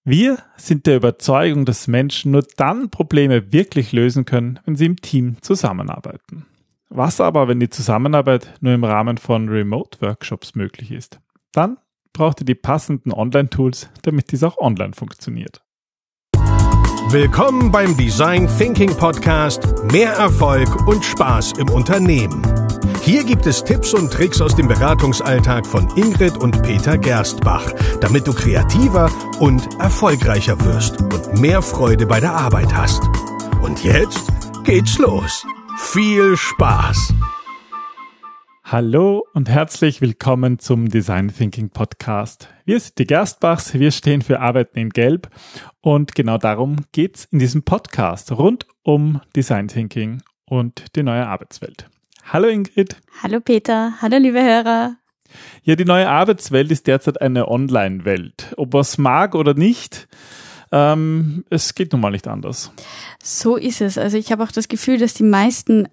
Wir sind der Überzeugung, dass Menschen nur dann Probleme wirklich lösen können, wenn sie im Team zusammenarbeiten. Was aber, wenn die Zusammenarbeit nur im Rahmen von Remote-Workshops möglich ist? Dann braucht ihr die passenden Online-Tools, damit dies auch online funktioniert. Willkommen beim Design Thinking Podcast Mehr Erfolg und Spaß im Unternehmen. Hier gibt es Tipps und Tricks aus dem Beratungsalltag von Ingrid und Peter Gerstbach, damit du kreativer und erfolgreicher wirst und mehr Freude bei der Arbeit hast. Und jetzt geht's los. Viel Spaß! Hallo und herzlich willkommen zum Design Thinking Podcast. Wir sind die Gerstbachs, wir stehen für Arbeiten in Gelb und genau darum geht's in diesem Podcast rund um Design Thinking und die neue Arbeitswelt. Hallo Ingrid. Hallo Peter, hallo liebe Hörer. Ja, die neue Arbeitswelt ist derzeit eine Online-Welt. Ob man es mag oder nicht, es geht nun mal nicht anders. So ist es. Also ich habe auch das Gefühl, dass die meisten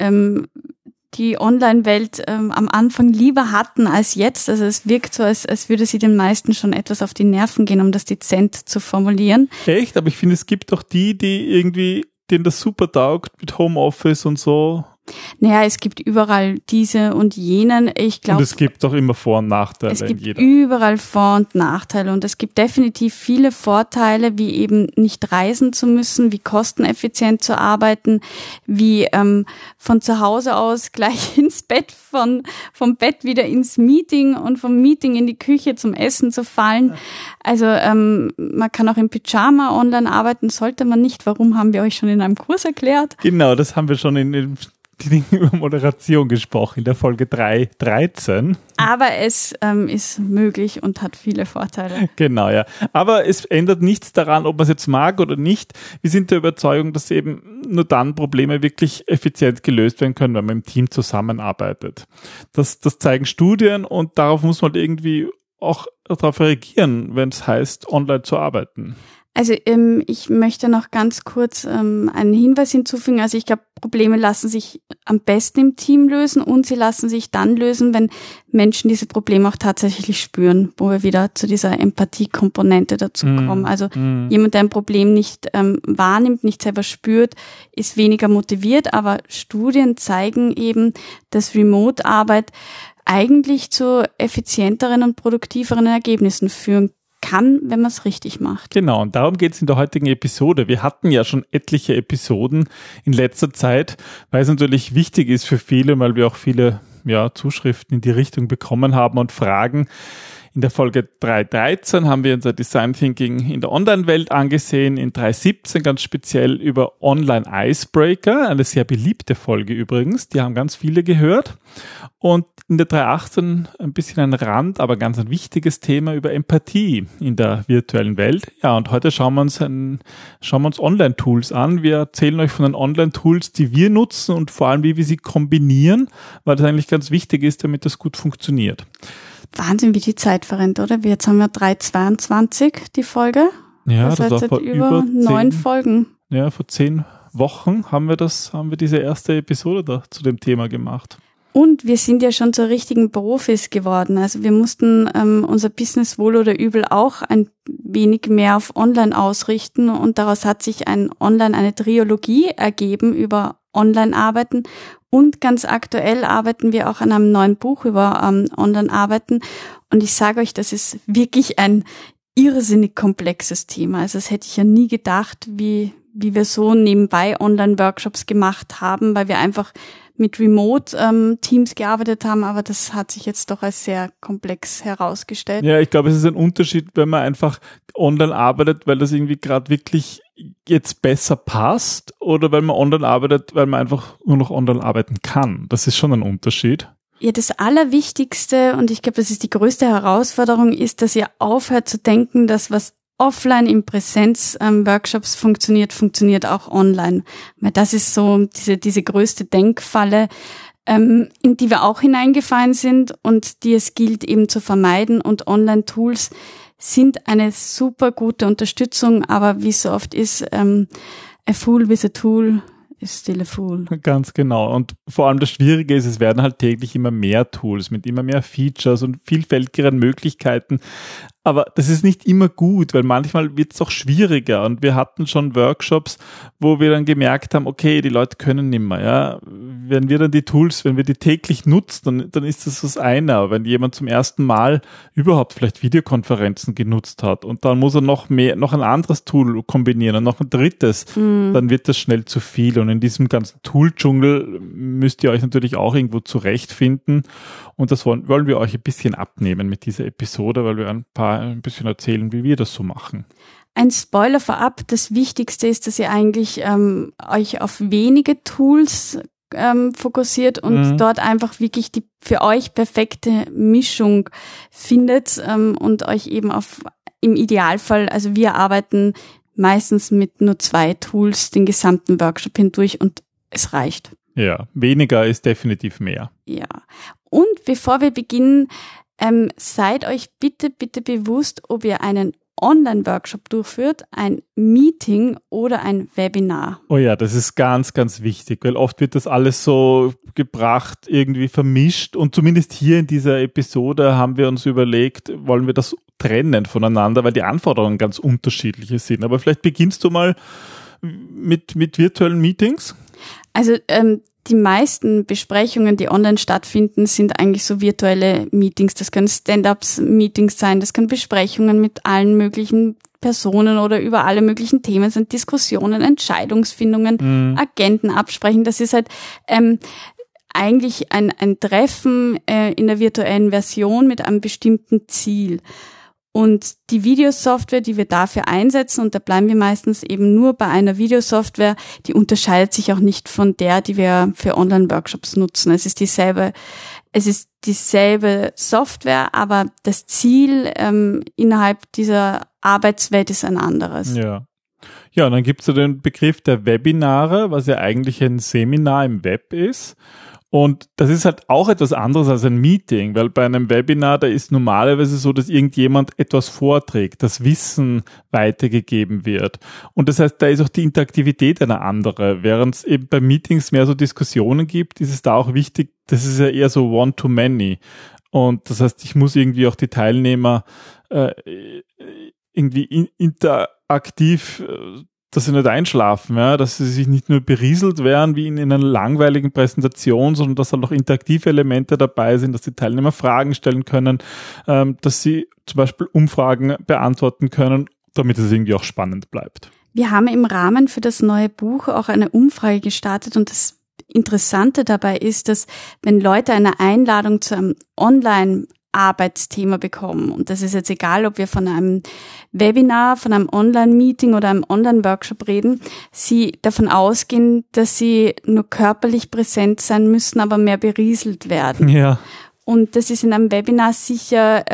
die Online-Welt am Anfang lieber hatten als jetzt. Also es wirkt so, als würde sie den meisten schon etwas auf die Nerven gehen, um das dezent zu formulieren. Echt? Aber ich finde, es gibt doch die irgendwie, denen das super taugt mit Homeoffice und so. Naja, es gibt überall diese und jenen. Ich glaube, und es gibt auch immer Vor- und Nachteile. Es gibt überall Vor- und Nachteile und es gibt definitiv viele Vorteile, wie eben nicht reisen zu müssen, wie kosteneffizient zu arbeiten, wie von zu Hause aus gleich ins Bett, vom Bett wieder ins Meeting und vom Meeting in die Küche zum Essen zu fallen. Also man kann auch im Pyjama online arbeiten, sollte man nicht. Warum, haben wir euch schon in einem Kurs erklärt? Genau, das haben wir schon in die Dinge über Moderation gesprochen, in der Folge 3.13. Aber es ist möglich und hat viele Vorteile. Genau, ja. Aber es ändert nichts daran, ob man es jetzt mag oder nicht. Wir sind der Überzeugung, dass eben nur dann Probleme wirklich effizient gelöst werden können, wenn man im Team zusammenarbeitet. Das zeigen Studien und darauf muss man irgendwie auch darauf reagieren, wenn es heißt, online zu arbeiten. Also ich möchte noch ganz kurz einen Hinweis hinzufügen. Also ich glaube, Probleme lassen sich am besten im Team lösen und sie lassen sich dann lösen, wenn Menschen diese Probleme auch tatsächlich spüren, wo wir wieder zu dieser Empathie-Komponente dazu kommen. Also jemand, der ein Problem nicht wahrnimmt, nicht selber spürt, ist weniger motiviert, aber Studien zeigen eben, dass Remote-Arbeit eigentlich zu effizienteren und produktiveren Ergebnissen führen kann, wenn man es richtig macht. Genau, und darum geht es in der heutigen Episode. Wir hatten ja schon etliche Episoden in letzter Zeit, weil es natürlich wichtig ist für viele, weil wir auch viele Zuschriften in die Richtung bekommen haben und Fragen. In der Folge 3.13 haben wir unser Design Thinking in der Online-Welt angesehen, in 3.17 ganz speziell über Online-Icebreaker, eine sehr beliebte Folge übrigens, die haben ganz viele gehört. Und in der 3.18 ein bisschen ein Rand, aber ganz ein wichtiges Thema über Empathie in der virtuellen Welt. Ja, und heute schauen wir uns Online-Tools an. Wir erzählen euch von den Online-Tools, die wir nutzen und vor allem, wie wir sie kombinieren, weil das eigentlich ganz wichtig ist, damit das gut funktioniert. Wahnsinn, wie die Zeit verrennt, oder? Jetzt haben wir 3.22, die Folge. Ja, das war vor über 9 Folgen. Ja, vor 10 Wochen haben wir diese erste Episode da zu dem Thema gemacht. Und wir sind ja schon zu richtigen Profis geworden. Also wir mussten unser Business wohl oder übel auch ein wenig mehr auf Online ausrichten und daraus hat sich eine Trilogie ergeben über Online-Arbeiten und ganz aktuell arbeiten wir auch an einem neuen Buch über Online-Arbeiten und ich sage euch, das ist wirklich ein irrsinnig komplexes Thema. Also das hätte ich ja nie gedacht, wie wir so nebenbei Online-Workshops gemacht haben, weil wir einfach mit Remote-Teams gearbeitet haben, aber das hat sich jetzt doch als sehr komplex herausgestellt. Ja, ich glaube, es ist ein Unterschied, wenn man einfach online arbeitet, weil das irgendwie gerade wirklich jetzt besser passt oder weil man online arbeitet, weil man einfach nur noch online arbeiten kann. Das ist schon ein Unterschied. Ja, das Allerwichtigste und ich glaube, das ist die größte Herausforderung, ist, dass ihr aufhört zu denken, dass was offline in Präsenz-Workshops funktioniert auch online. Weil das ist so diese größte Denkfalle, in die wir auch hineingefallen sind und die es gilt eben zu vermeiden. Und Online-Tools sind eine super gute Unterstützung, aber wie es so oft ist, a fool with a tool is still a fool. Ganz genau. Und vor allem das Schwierige ist, es werden halt täglich immer mehr Tools mit immer mehr Features und vielfältigeren Möglichkeiten. Aber das ist nicht immer gut, weil manchmal wird es auch schwieriger. Und wir hatten schon Workshops, wo wir dann gemerkt haben, okay, die Leute können nicht mehr. Ja? Wenn wir dann die Tools, wenn wir die täglich nutzen, dann ist das was einer. Aber wenn jemand zum ersten Mal überhaupt vielleicht Videokonferenzen genutzt hat und dann muss er noch ein anderes Tool kombinieren und noch ein drittes, dann wird das schnell zu viel. Und in diesem ganzen Tool-Dschungel müsst ihr euch natürlich auch irgendwo zurechtfinden. Und das wollen wir euch ein bisschen abnehmen mit dieser Episode, weil wir ein bisschen erzählen, wie wir das so machen. Ein Spoiler vorab, das Wichtigste ist, dass ihr eigentlich euch auf wenige Tools fokussiert und dort einfach wirklich die für euch perfekte Mischung findet und euch eben im Idealfall, also wir arbeiten meistens mit nur 2 Tools den gesamten Workshop hindurch und es reicht. Ja, weniger ist definitiv mehr. Ja, und bevor wir beginnen, seid euch bitte bewusst, ob ihr einen Online-Workshop durchführt, ein Meeting oder ein Webinar. Oh ja, das ist ganz, ganz wichtig, weil oft wird das alles so gebracht, irgendwie vermischt und zumindest hier in dieser Episode haben wir uns überlegt, wollen wir das trennen voneinander, weil die Anforderungen ganz unterschiedliche sind. Aber vielleicht beginnst du mal mit virtuellen Meetings? Also die meisten Besprechungen, die online stattfinden, sind eigentlich so virtuelle Meetings. Das können Stand-ups-Meetings sein, das können Besprechungen mit allen möglichen Personen oder über alle möglichen Themen sein, Diskussionen, Entscheidungsfindungen, Agenten absprechen. Das ist halt eigentlich ein Treffen in der virtuellen Version mit einem bestimmten Ziel. Und die Videosoftware, die wir dafür einsetzen, und da bleiben wir meistens eben nur bei einer Videosoftware, die unterscheidet sich auch nicht von der, die wir für Online-Workshops nutzen. Es ist dieselbe Software, aber das Ziel innerhalb dieser Arbeitswelt ist ein anderes. Ja. Ja, und dann gibt es ja den Begriff der Webinare, was ja eigentlich ein Seminar im Web ist. Und das ist halt auch etwas anderes als ein Meeting, weil bei einem Webinar, da ist normalerweise so, dass irgendjemand etwas vorträgt, das Wissen weitergegeben wird. Und das heißt, da ist auch die Interaktivität eine andere. Während es eben bei Meetings mehr so Diskussionen gibt, ist es da auch wichtig, das ist ja eher so One-to-Many. Und das heißt, ich muss irgendwie auch die Teilnehmer irgendwie interaktiv dass sie nicht einschlafen, ja, dass sie sich nicht nur berieselt werden wie in einer langweiligen Präsentation, sondern dass halt auch interaktive Elemente dabei sind, dass die Teilnehmer Fragen stellen können, dass sie zum Beispiel Umfragen beantworten können, damit es irgendwie auch spannend bleibt. Wir haben im Rahmen für das neue Buch auch eine Umfrage gestartet und das Interessante dabei ist, dass wenn Leute eine Einladung zu einem Online-Arbeitsthema bekommen. Und das ist jetzt egal, ob wir von einem Webinar, von einem Online-Meeting oder einem Online-Workshop reden, sie davon ausgehen, dass sie nur körperlich präsent sein müssen, aber mehr berieselt werden. Ja. Und das ist in einem Webinar sicher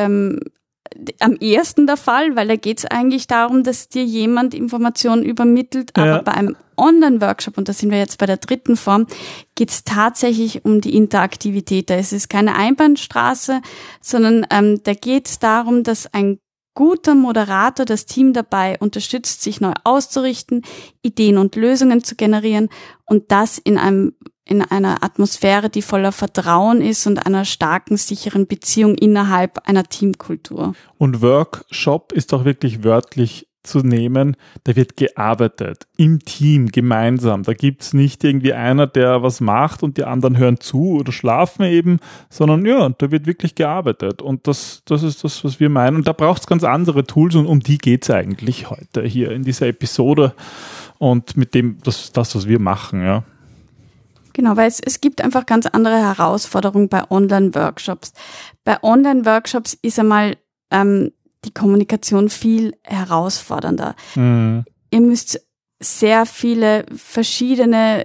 am ehesten der Fall, weil da geht es eigentlich darum, dass dir jemand Informationen übermittelt, aber bei einem Online-Workshop, und da sind wir jetzt bei der 3. Form, geht es tatsächlich um die Interaktivität. Da ist es keine Einbahnstraße, sondern da geht es darum, dass ein guter Moderator das Team dabei unterstützt, sich neu auszurichten, Ideen und Lösungen zu generieren und das in einer Atmosphäre, die voller Vertrauen ist und einer starken, sicheren Beziehung innerhalb einer Teamkultur. Und Workshop ist auch wirklich wörtlich zu nehmen, da wird gearbeitet, im Team, gemeinsam. Da gibt's nicht irgendwie einer, der was macht und die anderen hören zu oder schlafen eben, sondern ja, da wird wirklich gearbeitet. Und das ist das, was wir meinen. Und da braucht's ganz andere Tools und um die geht's eigentlich heute hier in dieser Episode und mit dem, das was wir machen, ja. Genau, weil es gibt einfach ganz andere Herausforderungen bei Online-Workshops. Bei Online-Workshops ist einmal die Kommunikation viel herausfordernder. Ihr müsst sehr viele verschiedene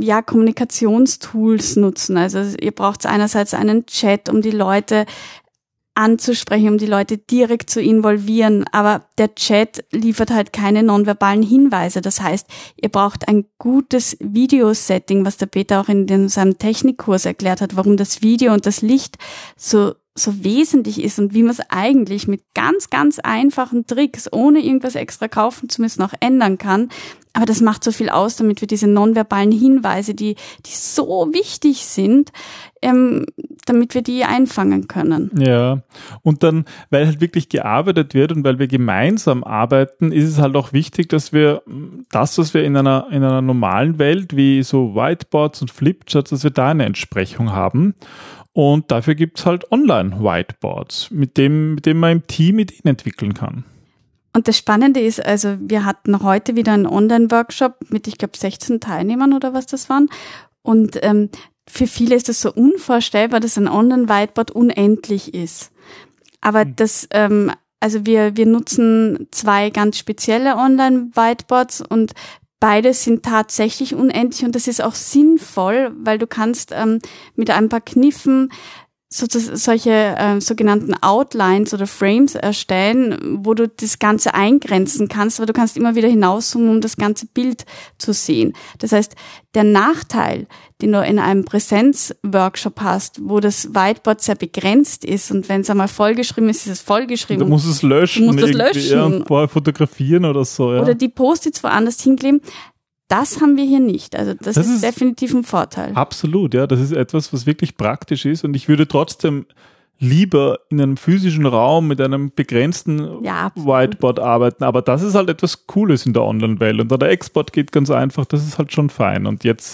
Kommunikationstools nutzen. Also ihr braucht einerseits einen Chat, um die Leute anzusprechen, um die Leute direkt zu involvieren, aber der Chat liefert halt keine nonverbalen Hinweise. Das heißt, ihr braucht ein gutes Videosetting, was der Peter auch in seinem Technikkurs erklärt hat, warum das Video und das Licht so so wesentlich ist und wie man es eigentlich mit ganz, ganz einfachen Tricks, ohne irgendwas extra kaufen zu müssen, auch ändern kann. Aber das macht so viel aus, damit wir diese nonverbalen Hinweise, die so wichtig sind, damit wir die einfangen können. Ja, und dann, weil halt wirklich gearbeitet wird und weil wir gemeinsam arbeiten, ist es halt auch wichtig, dass wir das, was wir in einer normalen Welt, wie so Whiteboards und Flipcharts, dass wir da eine Entsprechung haben. Und dafür gibt's halt Online-Whiteboards, mit dem man im Team Ideen entwickeln kann. Und das Spannende ist, also wir hatten heute wieder einen Online-Workshop mit, ich glaube, 16 Teilnehmern oder was das waren. Und für viele ist das so unvorstellbar, dass ein Online-Whiteboard unendlich ist. Aber das, also wir nutzen 2 ganz spezielle Online-Whiteboards und beide sind tatsächlich unendlich und das ist auch sinnvoll, weil du kannst mit ein paar Kniffen solche sogenannten Outlines oder Frames erstellen, wo du das Ganze eingrenzen kannst, aber du kannst immer wieder hinauszoomen, um das ganze Bild zu sehen. Das heißt, der Nachteil, den du in einem Präsenzworkshop hast, wo das Whiteboard sehr begrenzt ist und wenn es einmal vollgeschrieben ist, ist es vollgeschrieben. Du musst es löschen. Du musst es löschen. Ja, und vorher fotografieren oder so. Ja. Oder die Post-its woanders hinkleben. Das haben wir hier nicht. Also das ist definitiv ein Vorteil. Absolut, ja. Das ist etwas, was wirklich praktisch ist. Und ich würde trotzdem lieber in einem physischen Raum mit einem begrenzten Whiteboard arbeiten. Aber das ist halt etwas Cooles in der Online-Welt. Und der Export geht ganz einfach. Das ist halt schon fein. Und jetzt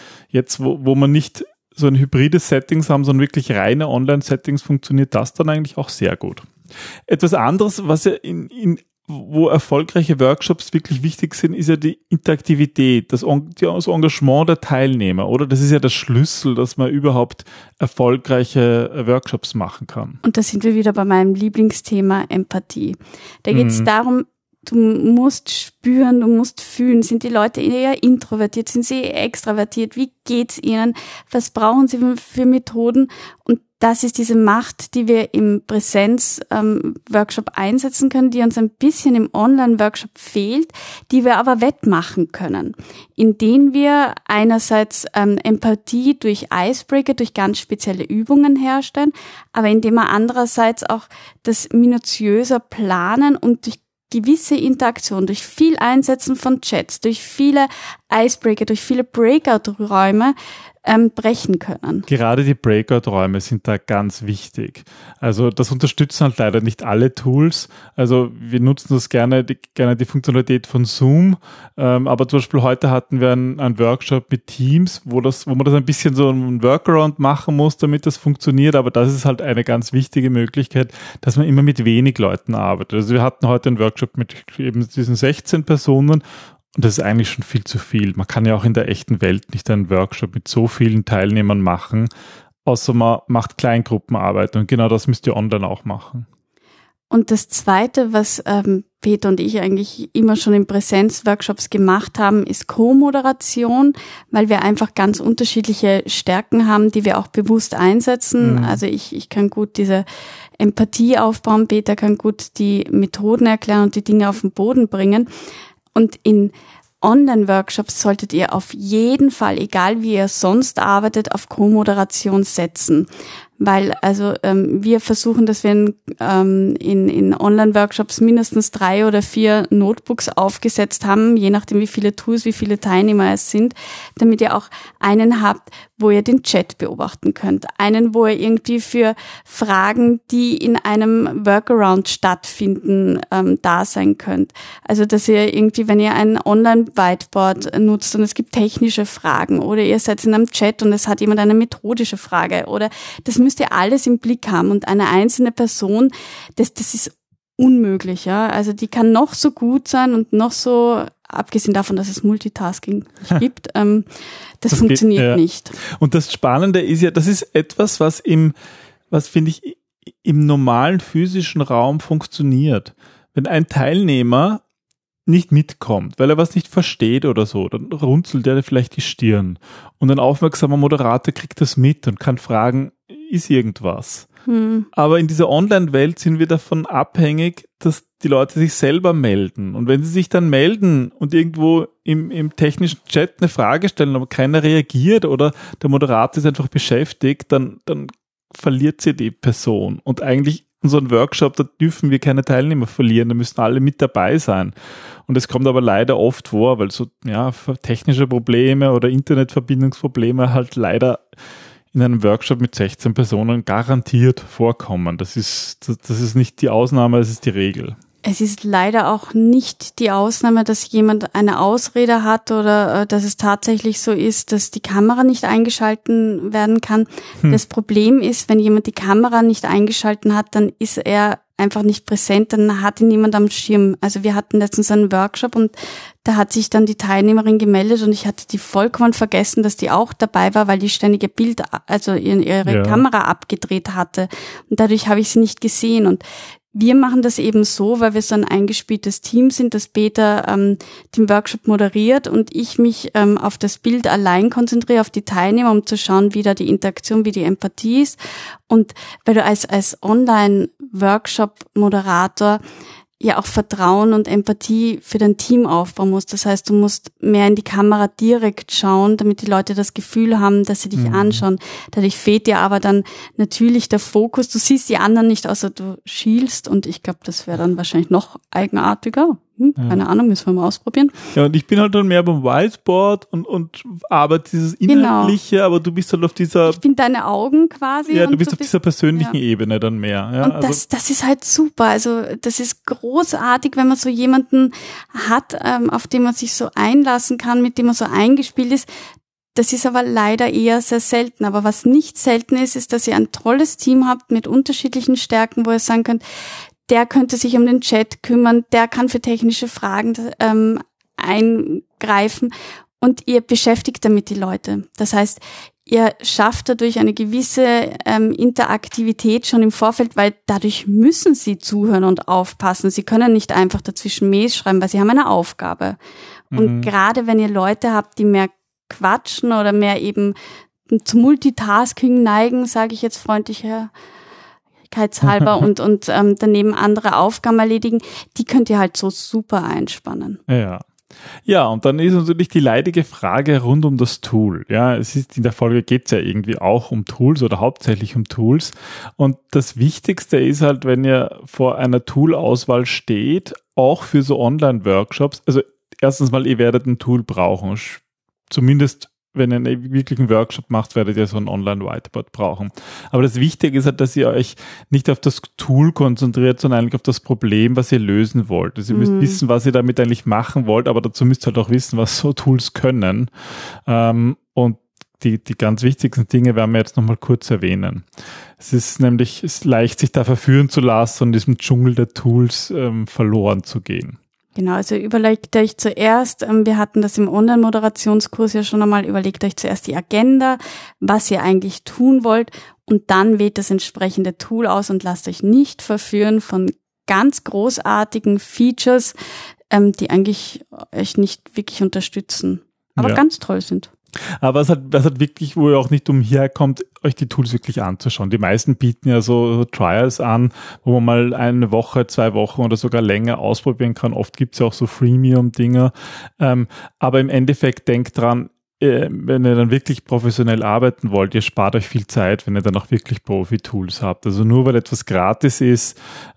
wo man nicht so ein hybrides Settings haben, sondern wirklich reine Online-Settings, funktioniert das dann eigentlich auch sehr gut. Etwas anderes, was ja wo erfolgreiche Workshops wirklich wichtig sind, ist ja die Interaktivität, das Engagement der Teilnehmer, oder? Das ist ja der Schlüssel, dass man überhaupt erfolgreiche Workshops machen kann. Und da sind wir wieder bei meinem Lieblingsthema Empathie. Da geht es darum, du musst spüren, du musst fühlen. Sind die Leute eher introvertiert? Sind sie extravertiert? Wie geht's ihnen? Was brauchen sie für Methoden? Und das ist diese Macht, die wir im Präsenz-Workshop einsetzen können, die uns ein bisschen im Online-Workshop fehlt, die wir aber wettmachen können, indem wir einerseits Empathie durch Icebreaker, durch ganz spezielle Übungen herstellen, aber indem wir andererseits auch das minutiöser planen und durch gewisse Interaktion, durch viel Einsetzen von Chats, durch viele Icebreaker, durch viele Breakout-Räume brechen können. Gerade die Breakout-Räume sind da ganz wichtig. Also das unterstützen halt leider nicht alle Tools. Also wir nutzen das gerne die Funktionalität von Zoom. Aber zum Beispiel heute hatten wir einen Workshop mit Teams, wo man das ein bisschen so einen Workaround machen muss, damit das funktioniert. Aber das ist halt eine ganz wichtige Möglichkeit, dass man immer mit wenig Leuten arbeitet. Also wir hatten heute einen Workshop mit eben diesen 16 Personen. Und das ist eigentlich schon viel zu viel. Man kann ja auch in der echten Welt nicht einen Workshop mit so vielen Teilnehmern machen, außer man macht Kleingruppenarbeit. Und genau das müsst ihr online auch machen. Und das Zweite, was Peter und ich eigentlich immer schon in Präsenzworkshops gemacht haben, ist Co-Moderation, weil wir einfach ganz unterschiedliche Stärken haben, die wir auch bewusst einsetzen. Also ich kann gut diese Empathie aufbauen, Peter kann gut die Methoden erklären und die Dinge auf den Boden bringen. Und in Online-Workshops solltet ihr auf jeden Fall, egal wie ihr sonst arbeitet, auf Co-Moderation setzen. Weil also wir versuchen, dass wir in Online-Workshops mindestens 3 oder 4 Notebooks aufgesetzt haben, je nachdem wie viele Tools, wie viele Teilnehmer es sind, damit ihr auch einen habt, wo ihr den Chat beobachten könnt. Einen, wo ihr irgendwie für Fragen, die in einem Workaround stattfinden, da sein könnt. Also dass ihr irgendwie, wenn ihr ein Online-Whiteboard nutzt und es gibt technische Fragen oder ihr seid in einem Chat und es hat jemand eine methodische Frage oder das müsst ihr alles im Blick haben und eine einzelne Person, das ist unmöglich, ja. Also die kann noch so gut sein und noch so, abgesehen davon, dass es Multitasking gibt, das funktioniert nicht. Und das Spannende ist ja, das ist etwas, was finde ich, im normalen physischen Raum funktioniert. Wenn ein Teilnehmer nicht mitkommt, weil er was nicht versteht oder so, dann runzelt er vielleicht die Stirn. Und ein aufmerksamer Moderator kriegt das mit und kann fragen, ist irgendwas? Aber in dieser Online-Welt sind wir davon abhängig, dass die Leute sich selber melden. Und wenn sie sich dann melden und irgendwo im technischen Chat eine Frage stellen, aber keiner reagiert oder der Moderator ist einfach beschäftigt, dann verliert sie die Person. Und eigentlich in so einem Workshop, da dürfen wir keine Teilnehmer verlieren, da müssen alle mit dabei sein. Und es kommt aber leider oft vor, weil so technische Probleme oder Internetverbindungsprobleme halt leider in einem Workshop mit 16 Personen garantiert vorkommen. Das ist nicht die Ausnahme, das ist die Regel. Es ist leider auch nicht die Ausnahme, dass jemand eine Ausrede hat oder dass es tatsächlich so ist, dass die Kamera nicht eingeschalten werden kann. Das Problem ist, wenn jemand die Kamera nicht eingeschalten hat, dann ist er einfach nicht präsent, dann hat ihn niemand am Schirm. Also wir hatten letztens einen Workshop und da hat sich dann die Teilnehmerin gemeldet und ich hatte die vollkommen vergessen, dass die auch dabei war, weil die ständige ihre Kamera abgedreht hatte. Und dadurch habe ich sie nicht gesehen. Und wir machen das eben so, weil wir so ein eingespieltes Team sind, dass Peter den Workshop moderiert und ich mich auf das Bild allein konzentriere, auf die Teilnehmer, um zu schauen, wie da die Interaktion, wie die Empathie ist. Und weil du als Online-Workshop-Moderator ja auch Vertrauen und Empathie für dein Team aufbauen musst. Das heißt, du musst mehr in die Kamera direkt schauen, damit die Leute das Gefühl haben, dass sie dich anschauen. Dadurch fehlt dir aber dann natürlich der Fokus. Du siehst die anderen nicht, außer du schielst und ich glaube, das wäre dann wahrscheinlich noch eigenartiger. Keine Ahnung, müssen wir mal ausprobieren. Ja, und ich bin halt dann mehr beim Whiteboard und arbeite dieses Inhaltliche, aber du bist halt auf dieser... Ich bin deine Augen quasi. Ja, du bist auf dieser persönlichen Ebene dann mehr. Ja, und das ist halt super. Also das ist großartig, wenn man so jemanden hat, auf den man sich so einlassen kann, mit dem man so eingespielt ist. Das ist aber leider eher sehr selten. Aber was nicht selten ist, ist, dass ihr ein tolles Team habt mit unterschiedlichen Stärken, wo ihr sagen könnt, der könnte sich um den Chat kümmern, der kann für technische Fragen eingreifen und ihr beschäftigt damit die Leute. Das heißt, ihr schafft dadurch eine gewisse Interaktivität schon im Vorfeld, weil dadurch müssen sie zuhören und aufpassen. Sie können nicht einfach dazwischen Mails schreiben, weil sie haben eine Aufgabe. Und gerade wenn ihr Leute habt, die mehr quatschen oder mehr eben zum Multitasking neigen, sage ich jetzt freundlich halber und daneben andere Aufgaben erledigen, die könnt ihr halt so super einspannen. Ja, und dann ist natürlich die leidige Frage rund um das Tool. Ja, es ist in der Folge geht es ja irgendwie auch um Tools oder hauptsächlich um Tools. Und das Wichtigste ist halt, wenn ihr vor einer Tool-Auswahl steht, auch für so Online-Workshops, also erstens mal, ihr werdet ein Tool brauchen. Zumindest wenn ihr einen wirklichen Workshop macht, werdet ihr so ein Online-Whiteboard brauchen. Aber das Wichtige ist halt, dass ihr euch nicht auf das Tool konzentriert, sondern eigentlich auf das Problem, was ihr lösen wollt. Also ihr müsst wissen, was ihr damit eigentlich machen wollt, aber dazu müsst ihr halt auch wissen, was so Tools können. Und die ganz wichtigsten Dinge werden wir jetzt nochmal kurz erwähnen. Es ist leicht, sich da verführen zu lassen und in diesem Dschungel der Tools verloren zu gehen. Genau, also überlegt euch zuerst, wir hatten das im Online-Moderationskurs ja schon einmal, überlegt euch zuerst die Agenda, was ihr eigentlich tun wollt und dann wählt das entsprechende Tool aus und lasst euch nicht verführen von ganz großartigen Features, die eigentlich euch nicht wirklich unterstützen, aber ganz toll sind. Aber was halt wirklich, wo ihr auch nicht umherkommt, euch die Tools wirklich anzuschauen. Die meisten bieten ja so Trials an, wo man mal eine Woche, 2 Wochen oder sogar länger ausprobieren kann. Oft gibt's ja auch so Freemium-Dinger. Aber im Endeffekt denkt dran, wenn ihr dann wirklich professionell arbeiten wollt, ihr spart euch viel Zeit, wenn ihr dann auch wirklich Profi-Tools habt. Also nur weil etwas gratis ist,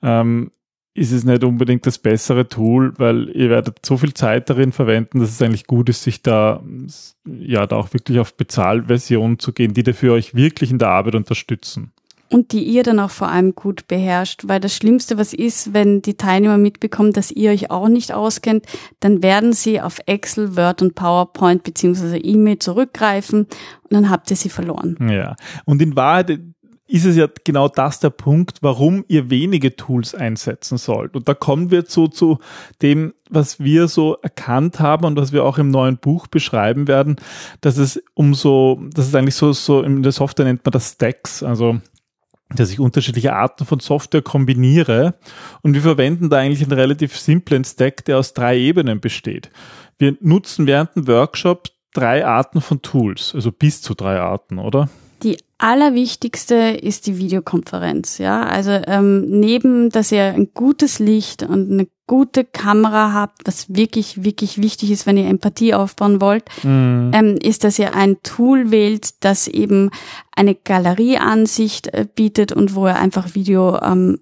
ist es nicht unbedingt das bessere Tool, weil ihr werdet so viel Zeit darin verwenden, dass es eigentlich gut ist, sich da auch wirklich auf Bezahlversionen zu gehen, die dafür euch wirklich in der Arbeit unterstützen. Und die ihr dann auch vor allem gut beherrscht, weil das Schlimmste, was ist, wenn die Teilnehmer mitbekommen, dass ihr euch auch nicht auskennt, dann werden sie auf Excel, Word und PowerPoint beziehungsweise E-Mail zurückgreifen und dann habt ihr sie verloren. Ja, und in Wahrheit ist es ja genau das der Punkt, warum ihr wenige Tools einsetzen sollt. Und da kommen wir zu dem, was wir so erkannt haben und was wir auch im neuen Buch beschreiben werden, dass es eigentlich so in der Software nennt man das Stacks, also dass ich unterschiedliche Arten von Software kombiniere. Und wir verwenden da eigentlich einen relativ simplen Stack, der aus 3 Ebenen besteht. Wir nutzen während dem Workshop 3 Arten von Tools, also bis zu 3 Arten, oder? Die allerwichtigste ist die Videokonferenz, ja. Also neben, dass ihr ein gutes Licht und eine gute Kamera habt, was wirklich, wirklich wichtig ist, wenn ihr Empathie aufbauen wollt, ist, dass ihr ein Tool wählt, das eben eine Galerieansicht bietet und wo ihr einfach Video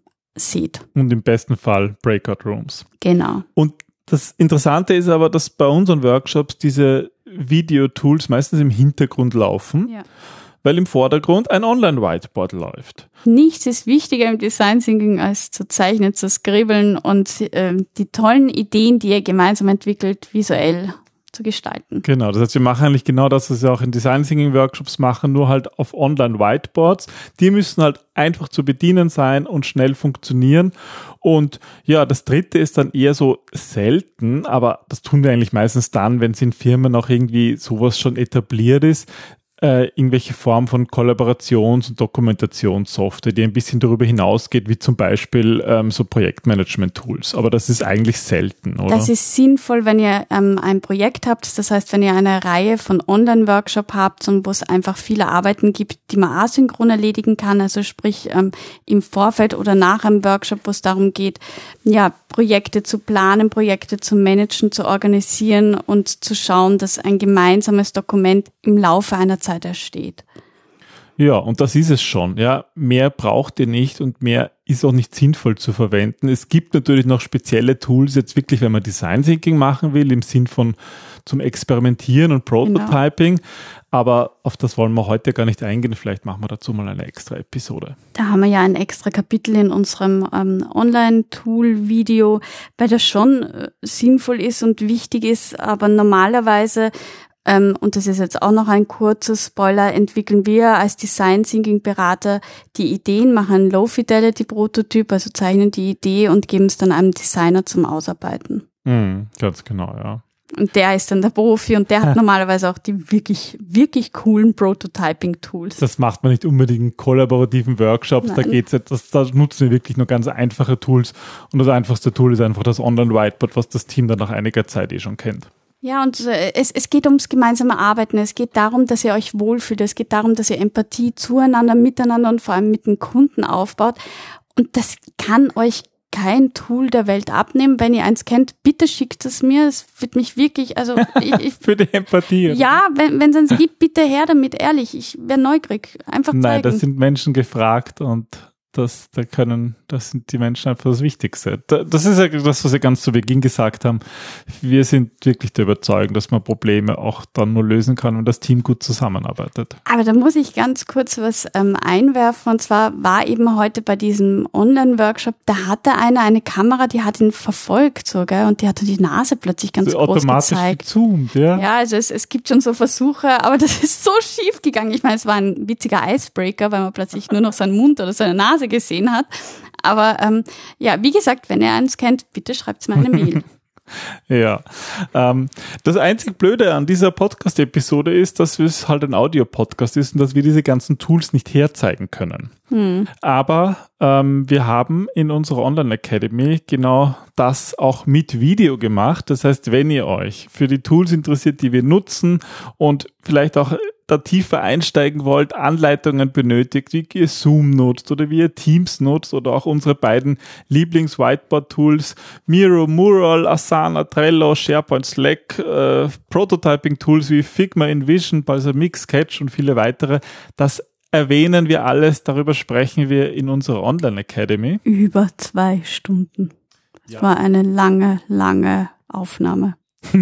seht. Und im besten Fall Breakout Rooms. Genau. Und das Interessante ist aber, dass bei unseren Workshops diese Video-Tools meistens im Hintergrund laufen. Ja. Weil im Vordergrund ein Online-Whiteboard läuft. Nichts ist wichtiger im Design Thinking als zu zeichnen, zu skribbeln und die tollen Ideen, die ihr gemeinsam entwickelt, visuell zu gestalten. Genau, das heißt, wir machen eigentlich genau das, was wir auch in Design Thinking Workshops machen, nur halt auf Online-Whiteboards. Die müssen halt einfach zu bedienen sein und schnell funktionieren. Und ja, das dritte ist dann eher so selten, aber das tun wir eigentlich meistens dann, wenn es in Firmen auch irgendwie sowas schon etabliert ist, irgendwelche Form von Kollaborations- und Dokumentationssoftware, die ein bisschen darüber hinausgeht, wie zum Beispiel so Projektmanagement-Tools. Aber das ist eigentlich selten, oder? Das ist sinnvoll, wenn ihr ein Projekt habt. Das heißt, wenn ihr eine Reihe von Online-Workshop habt und wo es einfach viele Arbeiten gibt, die man asynchron erledigen kann. Also sprich im Vorfeld oder nach einem Workshop, wo es darum geht, ja, Projekte zu planen, Projekte zu managen, zu organisieren und zu schauen, dass ein gemeinsames Dokument im Laufe einer Zeit entsteht. Ja, und das ist es schon. Ja, mehr braucht ihr nicht und mehr ist auch nicht sinnvoll zu verwenden. Es gibt natürlich noch spezielle Tools, jetzt wirklich, wenn man Design Thinking machen will, im Sinn von zum Experimentieren und Prototyping. Genau. Aber auf das wollen wir heute gar nicht eingehen. Vielleicht machen wir dazu mal eine extra Episode. Da haben wir ja ein extra Kapitel in unserem Online-Tool-Video, weil das schon sinnvoll ist und wichtig ist, aber normalerweise und das ist jetzt auch noch ein kurzer Spoiler, entwickeln wir als Design Thinking Berater die Ideen, machen einen Low-Fidelity-Prototyp, also zeichnen die Idee und geben es dann einem Designer zum Ausarbeiten. Ganz genau, ja. Und der ist dann der Profi und der hat normalerweise auch die wirklich, wirklich coolen Prototyping-Tools. Das macht man nicht unbedingt in kollaborativen Workshops, Nein. Da nutzen wir wirklich nur ganz einfache Tools und das einfachste Tool ist einfach das Online-Whiteboard, was das Team dann nach einiger Zeit schon kennt. Ja, und es geht ums gemeinsame Arbeiten. Es geht darum, dass ihr euch wohlfühlt. Es geht darum, dass ihr Empathie zueinander, miteinander und vor allem mit den Kunden aufbaut. Und das kann euch kein Tool der Welt abnehmen. Wenn ihr eins kennt, bitte schickt es mir. Es wird mich wirklich, also ich für die Empathie. Ja, wenn es eins gibt, bitte her damit, ehrlich. Ich wäre neugierig. Einfach zeigen. Nein, das sind Menschen gefragt und das sind die Menschen einfach das Wichtigste. Das ist ja das, was wir ganz zu Beginn gesagt haben. Wir sind wirklich der Überzeugung, dass man Probleme auch dann nur lösen kann, wenn das Team gut zusammenarbeitet. Aber da muss ich ganz kurz was einwerfen. Und zwar war eben heute bei diesem Online-Workshop, da hatte einer eine Kamera, die hat ihn verfolgt sogar und die hatte die Nase plötzlich ganz so groß automatisch gezeigt. Gezoomt, ja. Ja, also es gibt schon so Versuche, aber das ist so schief gegangen. Ich meine, es war ein witziger Icebreaker, weil man plötzlich nur noch seinen Mund oder seine Nase gesehen hat. Aber ja, wie gesagt, wenn ihr eins kennt, bitte schreibt's mir eine Mail. Ja, das einzig Blöde an dieser Podcast-Episode ist, dass es halt ein Audio-Podcast ist und dass wir diese ganzen Tools nicht herzeigen können. Aber wir haben in unserer Online-Academy genau das auch mit Video gemacht. Das heißt, wenn ihr euch für die Tools interessiert, die wir nutzen und vielleicht auch da tiefer einsteigen wollt, Anleitungen benötigt, wie ihr Zoom nutzt oder wie ihr Teams nutzt oder auch unsere beiden Lieblings-Whiteboard-Tools, Miro, Mural, Asana, Trello, SharePoint, Slack, Prototyping-Tools wie Figma, InVision, Balsamiq, Sketch und viele weitere, das erwähnen wir alles, darüber sprechen wir in unserer Online-Academy. Über 2 Stunden. Das war eine lange, lange Aufnahme.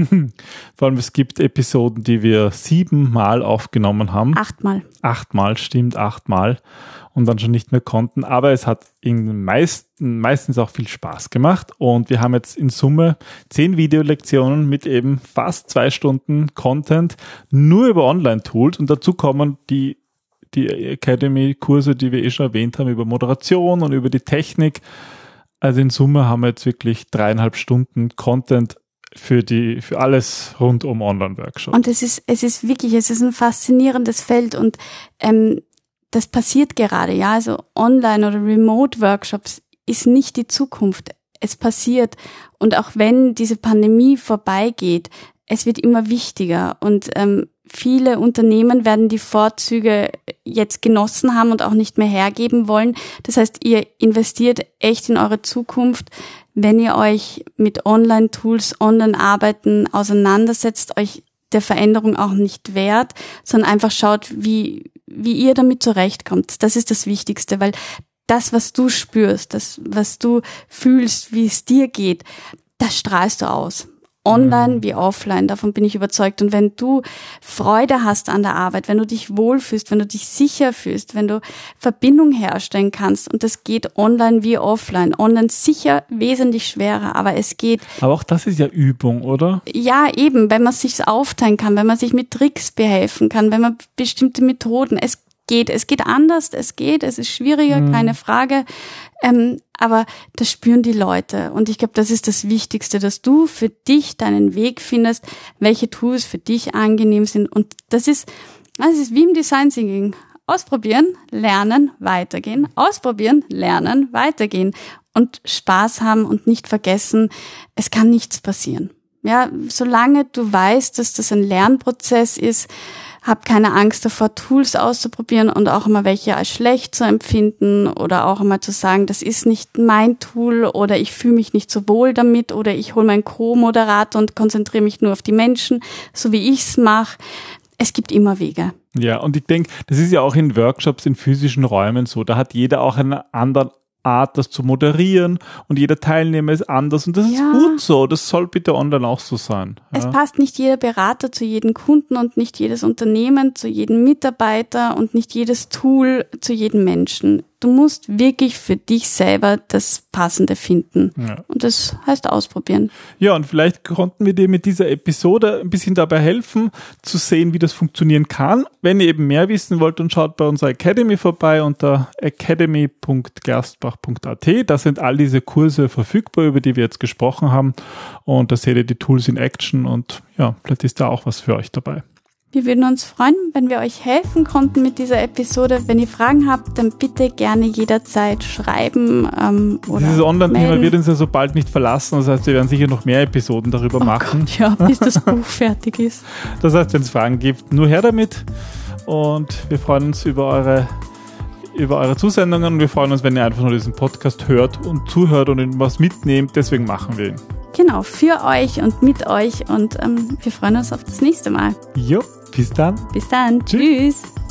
Vor allem, es gibt Episoden, die wir 7-mal aufgenommen haben. 8-mal. 8-mal, stimmt, 8-mal und dann schon nicht mehr konnten. Aber es hat meistens auch viel Spaß gemacht und wir haben jetzt in Summe 10 Videolektionen mit eben fast 2 Stunden Content nur über Online-Tools und dazu kommen die Academy-Kurse, die wir schon erwähnt haben, über Moderation und über die Technik. Also in Summe haben wir jetzt wirklich 3,5 Stunden Content für alles rund um Online-Workshops. Und es ist ein faszinierendes Feld und das passiert gerade, ja, also Online- oder Remote-Workshops ist nicht die Zukunft. Es passiert und auch wenn diese Pandemie vorbeigeht, es wird immer wichtiger und viele Unternehmen werden die Vorzüge jetzt genossen haben und auch nicht mehr hergeben wollen. Das heißt, ihr investiert echt in eure Zukunft, wenn ihr euch mit Online-Tools, Online-Arbeiten auseinandersetzt, euch der Veränderung auch nicht wehrt, sondern einfach schaut, wie ihr damit zurechtkommt. Das ist das Wichtigste, weil das, was du spürst, das, was du fühlst, wie es dir geht, das strahlst du aus. Online wie offline, davon bin ich überzeugt. Und wenn du Freude hast an der Arbeit, wenn du dich wohlfühlst, wenn du dich sicher fühlst, wenn du Verbindung herstellen kannst, und das geht online wie offline. Online sicher wesentlich schwerer, aber es geht. Aber auch das ist ja Übung, oder? Ja, eben, wenn man sich's aufteilen kann, wenn man sich mit Tricks behelfen kann, wenn man bestimmte Methoden, es geht anders, es ist schwieriger, keine Frage, aber das spüren die Leute und ich glaube, das ist das Wichtigste, dass du für dich deinen Weg findest, welche Tools für dich angenehm sind und das ist wie im Design Thinking. Ausprobieren, lernen, weitergehen, ausprobieren, lernen, weitergehen und Spaß haben und nicht vergessen, es kann nichts passieren. Ja, solange du weißt, dass das ein Lernprozess ist, hab keine Angst davor, Tools auszuprobieren und auch immer welche als schlecht zu empfinden oder auch immer zu sagen, das ist nicht mein Tool oder ich fühle mich nicht so wohl damit oder ich hole meinen Co-Moderator und konzentriere mich nur auf die Menschen, so wie ich's mache. Es gibt immer Wege. Ja, und ich denke, das ist ja auch in Workshops, in physischen Räumen so. Da hat jeder auch eine andere Art, das zu moderieren und jeder Teilnehmer ist anders und das ist gut so. Das soll bitte online auch so sein. Ja. Es passt nicht jeder Berater zu jedem Kunden und nicht jedes Unternehmen zu jedem Mitarbeiter und nicht jedes Tool zu jedem Menschen. Du musst wirklich für dich selber das Passende finden. Ja. Und das heißt ausprobieren. Ja, und vielleicht konnten wir dir mit dieser Episode ein bisschen dabei helfen, zu sehen, wie das funktionieren kann. Wenn ihr eben mehr wissen wollt, dann schaut bei unserer Academy vorbei unter academy.gerstbach.at. Da sind all diese Kurse verfügbar, über die wir jetzt gesprochen haben. Und da seht ihr die Tools in Action und ja, vielleicht ist da auch was für euch dabei. Wir würden uns freuen, wenn wir euch helfen konnten mit dieser Episode. Wenn ihr Fragen habt, dann bitte gerne jederzeit schreiben oder dieses Online-Thema melden. wird uns ja so bald nicht verlassen. Das heißt, wir werden sicher noch mehr Episoden darüber machen. Gott, ja, bis das Buch fertig ist. Das heißt, wenn es Fragen gibt, nur her damit. Und wir freuen uns über eure Zusendungen. Und wir freuen uns, wenn ihr einfach nur diesen Podcast hört und zuhört und was mitnehmt. Deswegen machen wir ihn. Genau, für euch und mit euch und wir freuen uns auf das nächste Mal. Jo, bis dann. Bis dann. Tschüss.